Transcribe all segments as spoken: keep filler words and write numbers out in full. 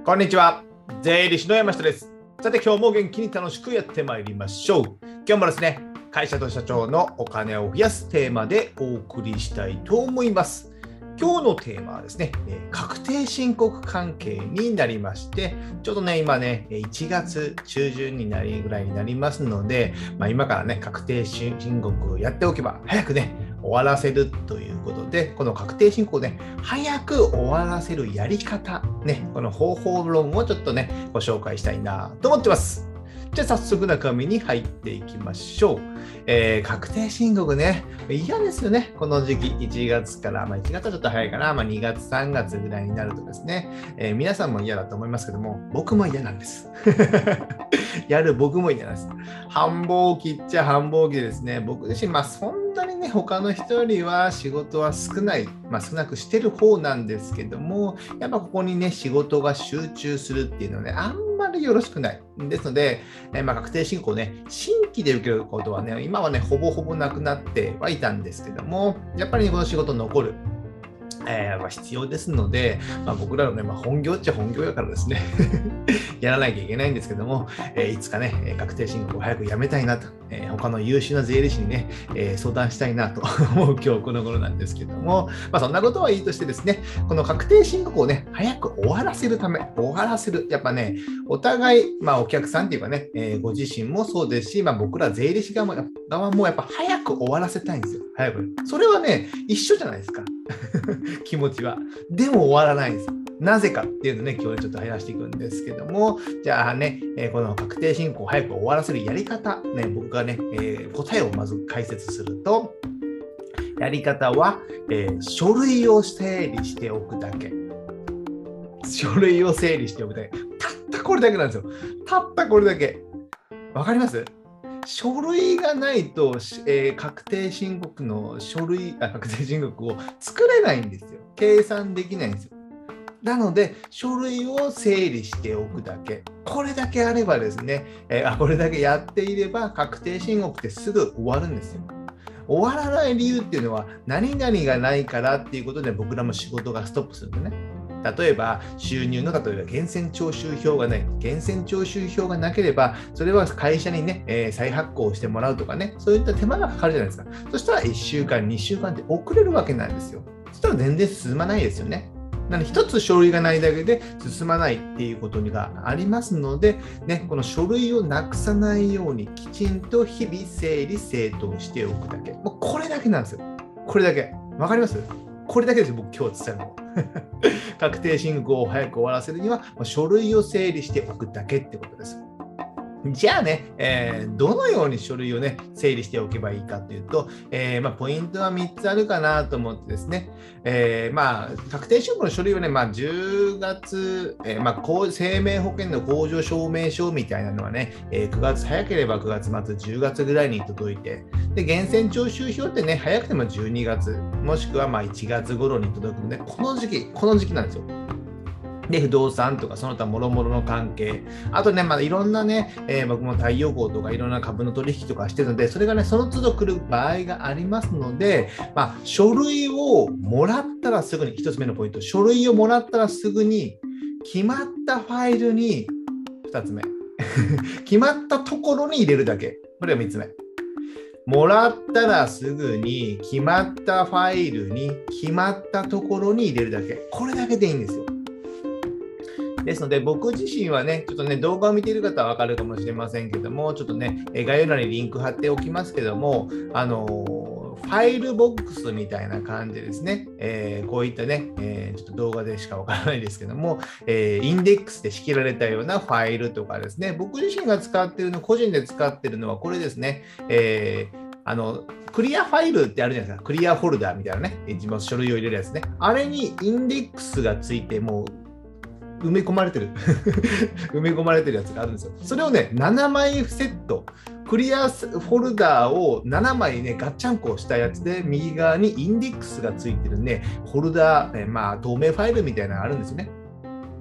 こんにちは。税理士の山下です。さて、今日も元気に楽しくやってまいりましょう。今日もですね、会社と社長のお金を増やすテーマでお送りしたいと思います。今日のテーマはですね、確定申告関係になりまして、ちょうどね、今ね、いちがつ中旬になりぐらいになりますので、まあ、今からね、確定申告をやっておけば、早くね、終わらせるということで、この確定申告をね、早く終わらせるやり方、ね、この方法論をちょっとね、ご紹介したいなと思ってます。じゃあ早速中身に入っていきましょう。えー、確定申告ね、嫌ですよね。この時期、いちがつから、まあいちがつはちょっと早いかな、まあにがつ、さんがつぐらいになるとですね、えー、皆さんも嫌だと思いますけども、僕も嫌なんです。やる僕も嫌なんです。繁忙期っちゃ繁忙期でですね、僕自身、まあそんなにね、他の人よりは仕事は少ない、まあ少なくしてる方なんですけども、やっぱここにね、仕事が集中するっていうのはね、あんまりよろしくない。ですので、えーまあ、確定申告をね、新規で受けることはね、今はね、ほぼほぼなくなってはいたんですけども、やっぱり、ね、この仕事残る。えーまあ、必要ですので、まあ、僕らのね、まあ、本業っちゃ本業やからですねやらなきゃいけないんですけども、えー、いつかね、確定申告を早くやめたいなと、えー、他の優秀な税理士にね、えー、相談したいなと思う今日この頃なんですけども、まあ、そんなことはいいとしてですね、この確定申告をね、早く終わらせるため、終わらせる、やっぱね、お互い、まあ、お客さんっていうかね、えー、ご自身もそうですし、まあ、僕ら税理士側も、側もやっぱ早く終わらせたいんですよ。早く。それはね、一緒じゃないですか。気持ちは。でも終わらないんです。なぜかっていうのね、今日ちょっと話していくんですけども、じゃあね、えー、この確定申告を早く終わらせるやり方、ね、僕がね、えー、答えをまず解説すると、やり方は、えー、書類を整理しておくだけ。書類を整理しておくだけ。たったこれだけなんですよ。たったこれだけ。わかります？書類がないと、えー、確定申告の書類あ、確定申告を作れないんですよ。計算できないんですよ。なので、書類を整理しておくだけ。これだけあればですね、えー、あこれだけやっていれば、確定申告ってすぐ終わるんですよ。終わらない理由っていうのは、何々がないからっていうことで、僕らも仕事がストップするんでね。例えば収入の例えば源泉徴収票がない、源泉徴収票がなければ、それは会社にね、えー、再発行してもらうとかね、そういった手間がかかるじゃないですか。そしたらいっしゅうかん、にしゅうかんって遅れるわけなんですよ。そしたら全然進まないですよね。なので一つ書類がないだけで進まないっていうことがありますので、ね、この書類をなくさないようにきちんと日々整理整頓しておくだけ。もうこれだけなんですよ。これだけ。わかります？これだけですよ、僕今日伝えるの。確定申告を早く終わらせるには、書類を整理しておくだけってことです。じゃあね、えー、どのように書類をね、整理しておけばいいかというと、えーまあ、ポイントはみっつあるかなと思ってですね、えー、まあ、確定申告の書類はね、まあ、じゅうがつ、えーまあ、生命保険の控除証明書みたいなのはね、えー、くがつ、早ければくがつ末、じゅうがつぐらいに届いて、で、源泉徴収票ってね、早くてもじゅうにがつ、もしくはまあいちがつ頃に届くので、この時期、この時期なんですよ。で、不動産とかその他諸々の関係。あとね、まあ、いろんなね、えー、僕も太陽光とかいろんな株の取引とかしてるので、それがね、その都度来る場合がありますので、まあ、書類をもらったらすぐに、一つ目のポイント、書類をもらったらすぐに、決まったファイルに、二つ目、決まったところに入れるだけ。これが三つ目。もらったらすぐに、決まったファイルに、決まったところに入れるだけ。これだけでいいんですよ。ですので、僕自身はね、ちょっとね、動画を見ている方はわかるかもしれませんけども、ちょっとね、概要欄にリンク貼っておきますけども、あのー、ファイルボックスみたいな感じですね、えー、こういったね、えー、ちょっと動画でしかわからないですけども、えー、インデックスで仕切られたようなファイルとかですね、僕自身が使っているの、個人で使っているのはこれですね、えーあの、クリアファイルってあるじゃないですか。クリアフォルダーみたいなね。一番書類を入れるやつね。あれにインデックスがついて、もう埋め込まれてる。埋め込まれてるやつがあるんですよ。それをね、ななまいセット。クリアフォルダーをななまいね、ガッチャンコしたやつで、右側にインデックスがついてるね、フォルダー、まあ、透明ファイルみたいなのがあるんですよね。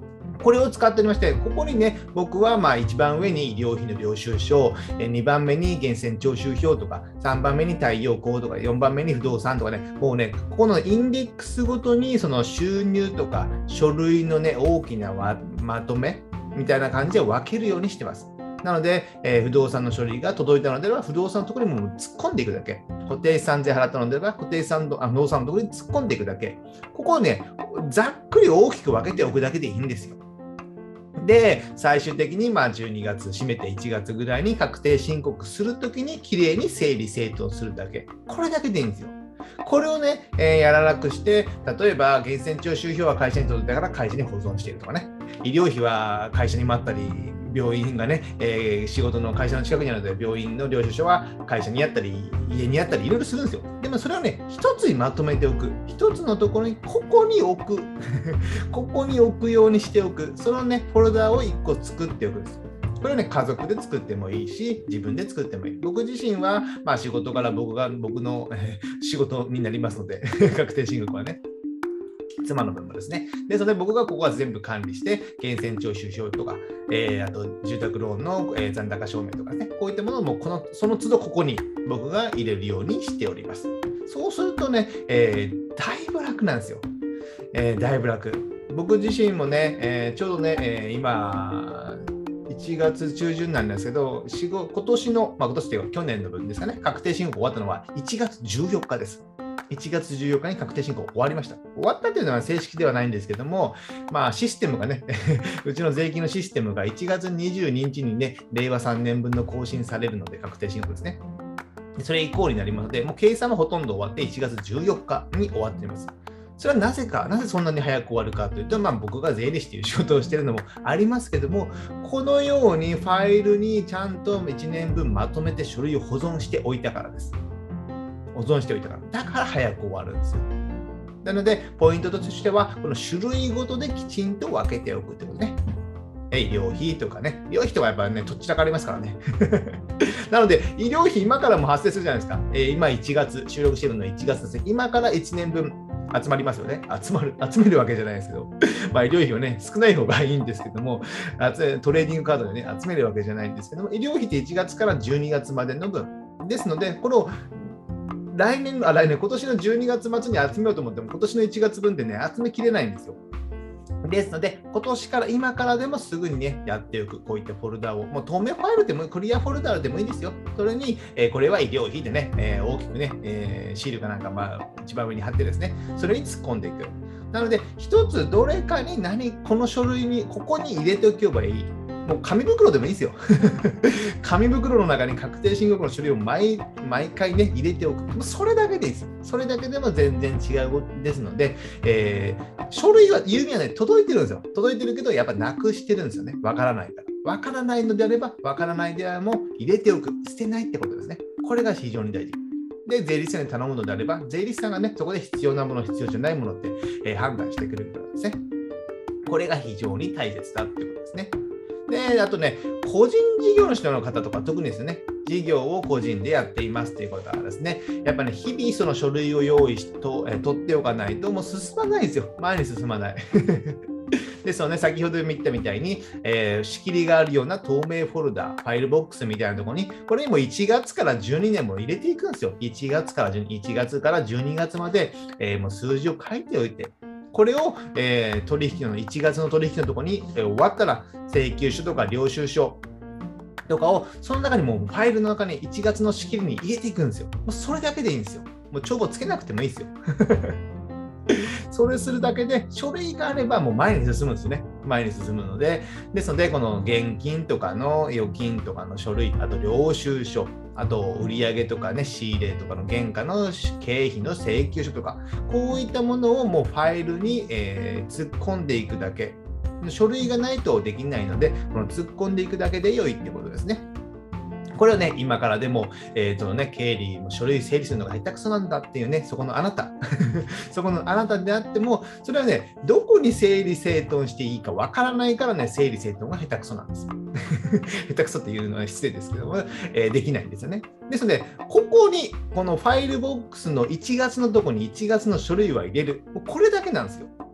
これを使っておりまして、ここにね、僕はまあいちばん上に医療費の領収書、にばんめに源泉徴収票とか、さんばんめに太陽光とか、よんばんめに不動産とかね、もうね、ここのインデックスごとにその収入とか書類のね、大きなまとめみたいな感じで分けるようにしてます。なので、えー、不動産の書類が届いたのであれば、不動産のところにも突っ込んでいくだけ。固定資産税払ったのであれば、固定資産あ不動産のところに突っ込んでいくだけ。ここをね、ざっくり大きく分けておくだけでいいんですよ。で、最終的にまあじゅうにがつ、締めていちがつぐらいに確定申告するときに、きれいに整理整頓するだけ。これだけでいいんですよ。これをね、えー、やらなくして、例えば、源泉徴収票は会社に届いたから会社に保存しているとかね、医療費は会社に待ったり、病院がね、えー、仕事の会社の近くにあるので、病院の領収書は会社にあったり、家にあったり、いろいろするんですよ。でもそれをね、一つにまとめておく。一つのところに、ここに置く。ここに置くようにしておく。そのね、フォルダをいっこ作っておくんです。これはね、家族で作ってもいいし、自分で作ってもいい。僕自身は、まあ仕事から僕が、僕の、えー、仕事になりますので、確定申告はね。妻の分もですね。ですので、僕がここは全部管理して、源泉徴収票とか、えー、あと住宅ローンの、えー、残高証明とかね、こういったものをもうこのその都度ここに僕が入れるようにしております。そうするとね、えー、だいぶ楽なんですよ。えー、だいぶ楽。僕自身もね、えー、ちょうどね、えー、今、いちがつ中旬なんですけど、今年の、まあ、今年というか去年の分ですかね、確定申告終わったのはいちがつじゅうよっかです。いちがつじゅうよっかに確定申告終わりました。終わったというのは正式ではないんですけども、まあシステムがね、うちの税金のシステムがいちがつにじゅうににちにね、れいわさんねんぶんの更新されるので、確定申告ですね。それ以降になりますので、もう計算もほとんど終わっていちがつじゅうよっかに終わっています。それはなぜか、なぜそんなに早く終わるかというと、まあ、僕が税理士という仕事をしているのもありますけども、このようにファイルにちゃんといちねんぶんまとめて書類を保存しておいたからです。保存しておいたから。だから早く終わるんですよ。なので、ポイントとしては、この種類ごとできちんと分けておくってことね。医療費とかね。医療費とかやっぱね、とっちらかりますからね。なので、医療費今からも発生するじゃないですか。えー、今いちがつ、収録しているのはいちがつですね。今からいちねんぶん集まりますよね。集まる、集めるわけじゃないですけど。まあ、医療費はね、少ない方がいいんですけども、トレーディングカードでね、集めるわけじゃないんですけども、医療費っていちがつからじゅうにがつまでの分。ですので、これを来年、あ、来年、今年のじゅうにがつ末に集めようと思っても、今年のいちがつぶんでね、集めきれないんですよ。ですので、今年から、今からでもすぐにね、やっておく、こういったフォルダを、もう透明ファイルでも、クリアフォルダでもいいですよ。それに、えー、これは医療費でね、えー、大きくね、えー、シールかなんか、まあ、一番上に貼ってですね、それに突っ込んでいく。なので、一つどれかに何、この書類に、ここに入れておけばいい。もう紙袋でもいいですよ。紙袋の中に確定申告の書類を 毎, 毎回ね、入れておく。それだけでいいです。それだけでも全然違うですので、えー、書類は、郵便はね、届いてるんですよ。届いてるけど、やっぱなくしてるんですよね。わからないから。わからないのであれば、わからないであればも入れておく。捨てないってことですね。これが非常に大事。で、税理士さんに頼むのであれば、税理士さんがね、そこで必要なもの、必要じゃないものって、えー、判断してくれるからですね。これが非常に大切だってことですね。で、あとね、個人事業主の方とか特にですね、事業を個人でやっていますということはですね、やっぱり、ね、日々その書類を用意しと、え取っておかないともう進まないんですよ。前に進まない。ですよね、先ほど言ったみたいに、えー、仕切りがあるような透明フォルダ、ファイルボックスみたいなところに、これにもいちがつからじゅうにねんも入れていくんですよ。いちがつからじゅうに、いちがつからじゅうにがつまで、えー、もう数字を書いておいて、これを、えー、取引のいちがつの取引のところに、えー、終わったら請求書とか領収書とかをその中にもうファイルの中にいちがつの仕切りに入れていくんですよ。もうそれだけでいいんですよ。もう帳簿つけなくてもいいですよ。それするだけで書類があればもう前に進むんですよね。前に進むので、ですのでこの現金とかの預金とかの書類、あと領収書、あと売上とかね、仕入れとかの原価の経費の請求書とか、こういったものをもうファイルに、えー、突っ込んでいくだけ。書類がないとできないので、この突っ込んでいくだけで良いってことですね。これをね、今からでも、えーとね、経理、書類整理するのが下手くそなんだっていうね、そこのあなた、そこのあなたであっても、それはね、どこに整理整頓していいかわからないからね、整理整頓が下手くそなんですよ。下手くそっていうのは失礼ですけども、えー、できないんですよね。ですので、ここに、このファイルボックスのいちがつのとこにいちがつの書類は入れる。これだけなんですよ。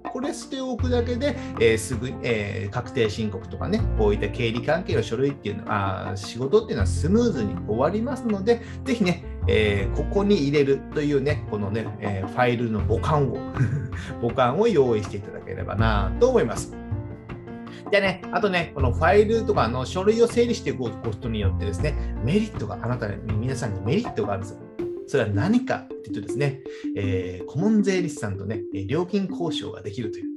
これしておくだけで、えー、すぐ、えー、確定申告とかね、こういった経理関係の書類っていうのは、あ仕事っていうのはスムーズに終わりますので、ぜひね、えー、ここに入れるというね、このね、えー、ファイルの母艦を、母艦を用意していただければなと思います。でね、あとね、このファイルとかの書類を整理していくことによってですね、メリットが、あなたに、皆さんにメリットがあるんですよ。それは何かっていうとですね、えー、顧問税理士さんとね、料金交渉ができるという。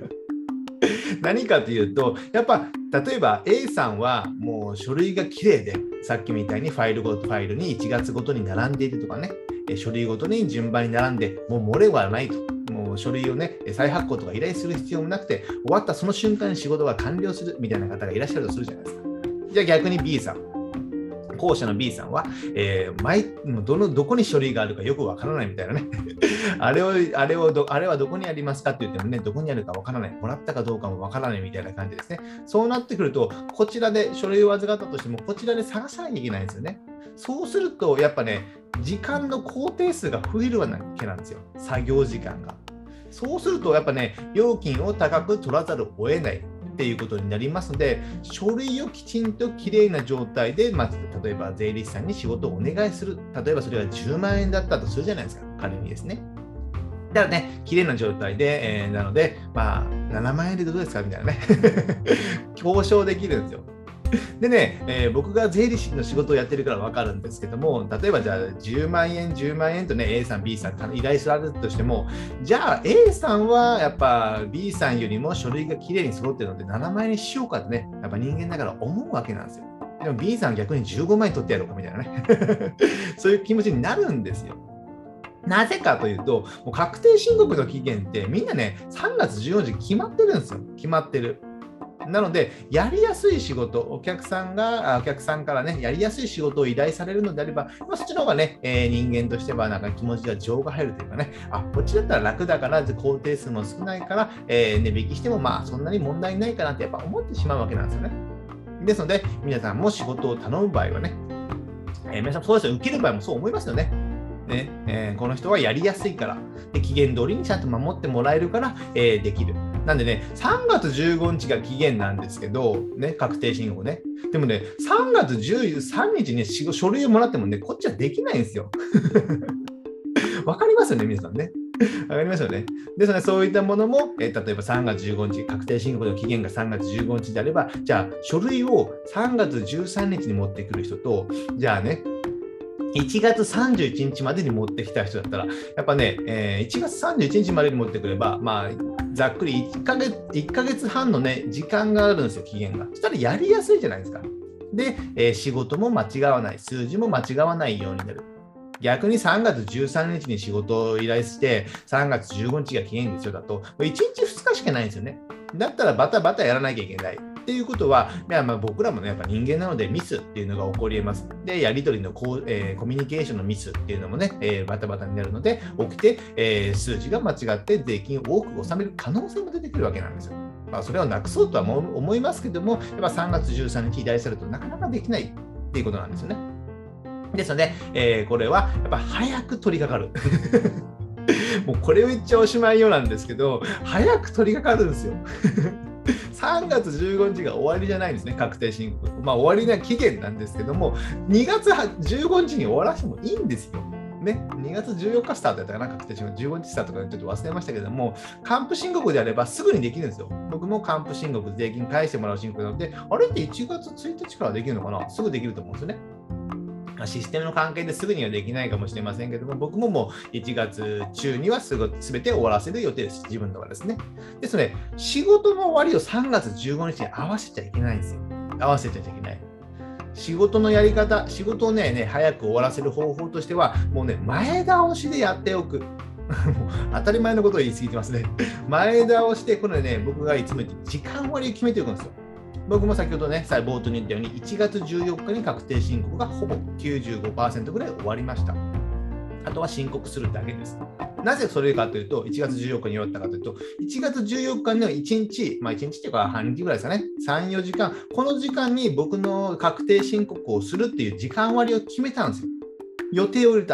何かというと、やっぱ例えば A さんはもう書類がきれいで、さっきみたいにファイルごとファイルにいちがつごとに並んでいるとかね、書類ごとに順番に並んで、もう漏れはないと。もう書類をね、再発行とか依頼する必要もなくて、終わったその瞬間に仕事が完了するみたいな方がいらっしゃるとするじゃないですか。じゃあ逆に B さん。後者の B さんは、えー、毎どのどこに書類があるかよくわからないみたいなねあれをあれをどあれはどこにありますかって言ってもね、どこにあるかわからない、もらったかどうかもわからないみたいな感じですね。そうなってくると、こちらで書類を預かったとしても、こちらで探さなきゃいけないんですよね。そうすると、やっぱね、時間の工程数が増えるわけなんですよ、作業時間が。そうすると、やっぱね、料金を高く取らざるを得ない。っていうことになりますので、書類をきちんときれいな状態で、まず例えば税理士さんに仕事をお願いする。例えばそれがじゅうまんえんだったとするじゃないですか、仮にですね。だからね、きれいな状態で、えー、なので、まあ、ななまんえんでどうですかみたいなね。交渉できるんですよ。でね、えー、僕が税理士の仕事をやってるから分かるんですけども、例えばじゃあじゅうまんえん、じゅうまんえんとね、A さん、B さん依頼されるとしても、じゃあ A さんはやっぱ B さんよりも書類がきれいに揃ってるのでななまんえんにしようかってね、やっぱ人間だから思うわけなんですよ。でも B さんは逆にじゅうごまんえん取ってやろうかみたいなね。そういう気持ちになるんですよ。なぜかというと、もう確定申告の期限ってみんなね、さんがつじゅうよっかに決まってるんですよ。決まってる。なので、やりやすい仕事、お客さんが、お客さんからね、やりやすい仕事を依頼されるのであれば、まあ、そっちの方がね、えー、人間としてはなんか気持ちが情が入るというかね、あ、こっちだったら楽だから、工程数も少ないから、えー、値引きしてもまあそんなに問題ないかなってやっぱ思ってしまうわけなんですよね。ですので、皆さんも仕事を頼む場合はね、えー、皆さんそうですよ、受ける場合もそう思いますよね。ねえー、この人はやりやすいからで、期限通りにちゃんと守ってもらえるから、えー、できる。なんでね、さんがつじゅうごにちが期限なんですけど、ね、確定申告ね。でもね、さんがつじゅうさんにちに、ね、書類をもらってもね、こっちはできないんですよ。わかりますよね、皆さんね。わかりますよね。ですので、そういったものも、えー、例えばさんがつじゅうごにち、確定申告の期限がさんがつじゅうごにちであれば、じゃあ、書類をさんがつじゅうさんにちに持ってくる人と、じゃあね、いちがつさんじゅういちにちまでに持ってきた人だったら、やっぱね、えー、いちがつさんじゅういちにちまでに持ってくれば、まあ、ざっくりいっかげつ、いっかげつはんのね、時間があるんですよ、期限が。そしたらやりやすいじゃないですか。で、えー、仕事も間違わない、数字も間違わないようになる。逆にさんがつじゅうさんにちに仕事を依頼して、さんがつじゅうごにちが期限ですよだと、いちにちふつかしかないんですよね。だったらバタバタやらなきゃいけない。っていうことは、まあ、僕らもね、やっぱ人間なのでミスっていうのが起こり得ます。で、やり取りのこう、えー、コミュニケーションのミスっていうのもね、えー、バタバタになるので、起きて、えー、数字が間違って税金を多く納める可能性も出てくるわけなんですよ。まあ、それをなくそうとは思いますけども、やっぱさんがつじゅうさんにち依頼されるとなかなかできないっていうことなんですよね。ですので、えー、これはやっぱ早く取り掛かる。もうこれを言っちゃおしまいようなんですけど、早く取り掛かるんですよ。さんがつじゅうごにちが終わりじゃないんですね、確定申告。まあ終わりな期限なんですけども、にがつじゅうごにちに終わらせてもいいんですよ。ね、にがつじゅうよっかスタートだったかな、確定申告、じゅうごにちスタートとかちょっと忘れましたけども、還付申告であればすぐにできるんですよ。僕も還付申告、税金返してもらう申告なので、あれっていちがつついたちからできるのかな、すぐできると思うんですよね。システムの関係ですぐにはできないかもしれませんけども、僕ももういちがつちゅうにはすぐ全て終わらせる予定です、自分のはですね。ですので、仕事の終わりをさんがつじゅうごにちに合わせちゃいけないんですよ。合わせちゃいけない。仕事のやり方、仕事をね、ね早く終わらせる方法としては、もうね、前倒しでやっておく。もう当たり前のことを言い過ぎてますね。前倒しで、これね、僕がいつも言って時間割を決めておくんですよ。僕も先ほどね、冒頭に言ったように、いちがつじゅうよっかに確定申告がほぼ きゅうじゅうごパーセント ぐらい終わりました。あとは申告するだけです。なぜそれかというと、いちがつじゅうよっかに終わったかというと、いちがつじゅうよっかのいちにち、まあいちにちっていうか半日ぐらいですかね、さん、よじかん、この時間に僕の確定申告をするっていう時間割を決めたんですよ。予定を入れた。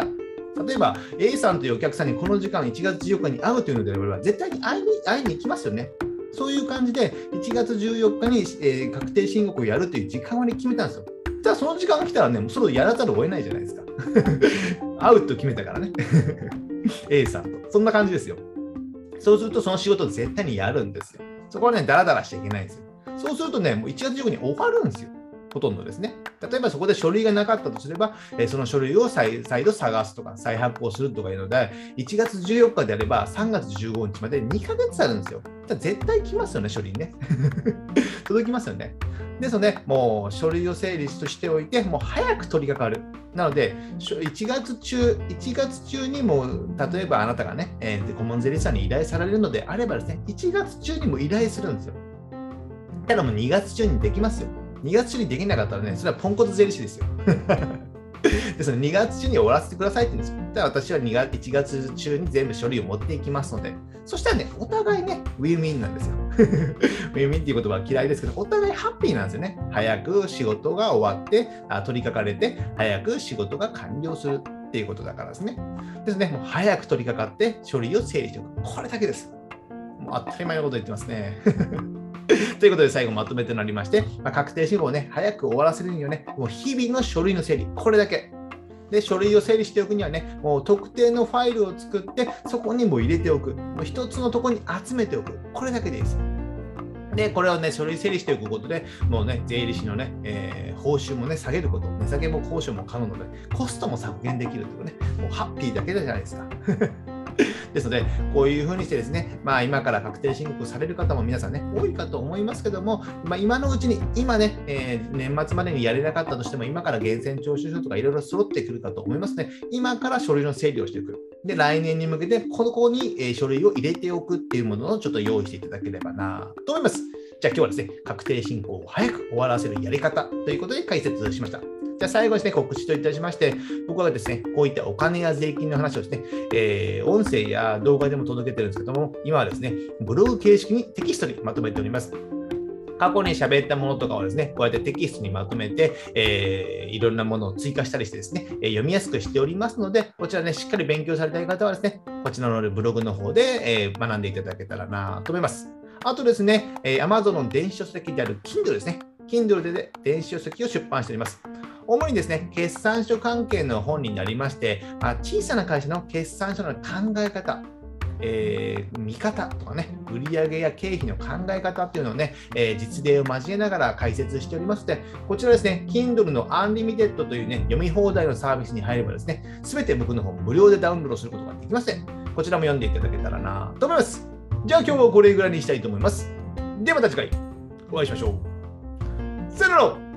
例えば A さんというお客さんにこの時間いちがつじゅうよっかに会うというのであれば、絶対に会いに会いに行きますよね。そういう感じでいちがつじゅうよっかに、えー、確定申告をやるという時間割り決めたんですよ。じゃあその時間が来たらね、もうそれをやらざるを得ないじゃないですか。会うと決めたからね。A さんと。そんな感じですよ。そうするとその仕事を絶対にやるんですよ。そこはね、ダラダラしちゃいけないんですよ。そうするとね、もういちがつじゅうごにちに終わるんですよ。ほとんどですね。例えばそこで書類がなかったとすれば、えー、その書類を再、再度探すとか、再発行するとかいうので、いちがつじゅうよっかであればさんがつじゅうごにちまでにかげつあるんですよ。じゃあ絶対来ますよね、書類ね。届きますよね。ですので、もう書類を整理しておいて、もう早く取り掛かる。なので、いちがつ中、いちがつ中にも、例えばあなたがね、えー、顧問税理士さんに依頼されるのであればですね、いちがつ中にも依頼するんですよ。ただもうにがつ中にできますよ。にがつ中にできなかったらね、それはポンコツ税理士ですよ。ですので、にがつ中に終わらせてくださいって言うんですよ。だから私はいちがつ中に全部書類を持っていきますので、そしたらね、お互いね、ウィンウィンなんですよ。ウィンウィンっていう言葉は嫌いですけど、お互いハッピーなんですよね。早く仕事が終わって、あ取り掛かれて、早く仕事が完了するっていうことだからですね。ですね、もう早く取り掛かって、書類を整理しておく。これだけです。もう当たり前のこと言ってますね。ということで最後まとめとなりまして、まあ、確定申告をね、早く終わらせるにはね、もう日々の書類の整理、これだけ。で、書類を整理しておくにはね、もう特定のファイルを作って、そこにも入れておく。もう一つのところに集めておく。これだけでいいです。で、これをね、書類整理しておくことで、もうね、税理士のね、えー、報酬もね、下げること、値下げも交渉も可能なので、コストも削減できるというね、もうハッピーだけじゃないですか。ですので、こういうふうにしてですね、まあ、今から確定申告される方も皆さんね、多いかと思いますけども、まあ、今のうちに、今ね、えー、年末までにやれなかったとしても、今から源泉徴収書とかいろいろ揃ってくるかと思いますので、今から書類の整理をしていく。で、来年に向けて、ここに、えー、書類を入れておくっていうものをちょっと用意していただければなと思います。じゃあ今日はですね、確定申告を早く終わらせるやり方ということで解説しました。じゃあ最後にですね、告知といたしまして、僕はですね、こういったお金や税金の話をですね、えー、音声や動画でも届けてるんですけども、今はですね、ブログ形式にテキストにまとめております。過去に喋ったものとかをですね、こうやってテキストにまとめて、えー、いろんなものを追加したりしてですね、えー、読みやすくしておりますので、こちらね、しっかり勉強されたい方はですね、こちらのブログの方で、えー、学んでいただけたらなと思います。あとですね、えー、Amazon の電子書籍である Kindle ですね。Kindle で電子書籍を出版しております。主にですね、決算書関係の本になりまして、まあ、小さな会社の決算書の考え方、えー、見方とかね、売上や経費の考え方っていうのをね、えー、実例を交えながら解説しておりますので、こちらですね、Kindle の Unlimited というね、読み放題のサービスに入ればですね、すべて僕の方無料でダウンロードすることができますので、こちらも読んでいただけたらなと思います。じゃあ今日はこれぐらいにしたいと思います。ではまた次回お会いしましょう。さよなら。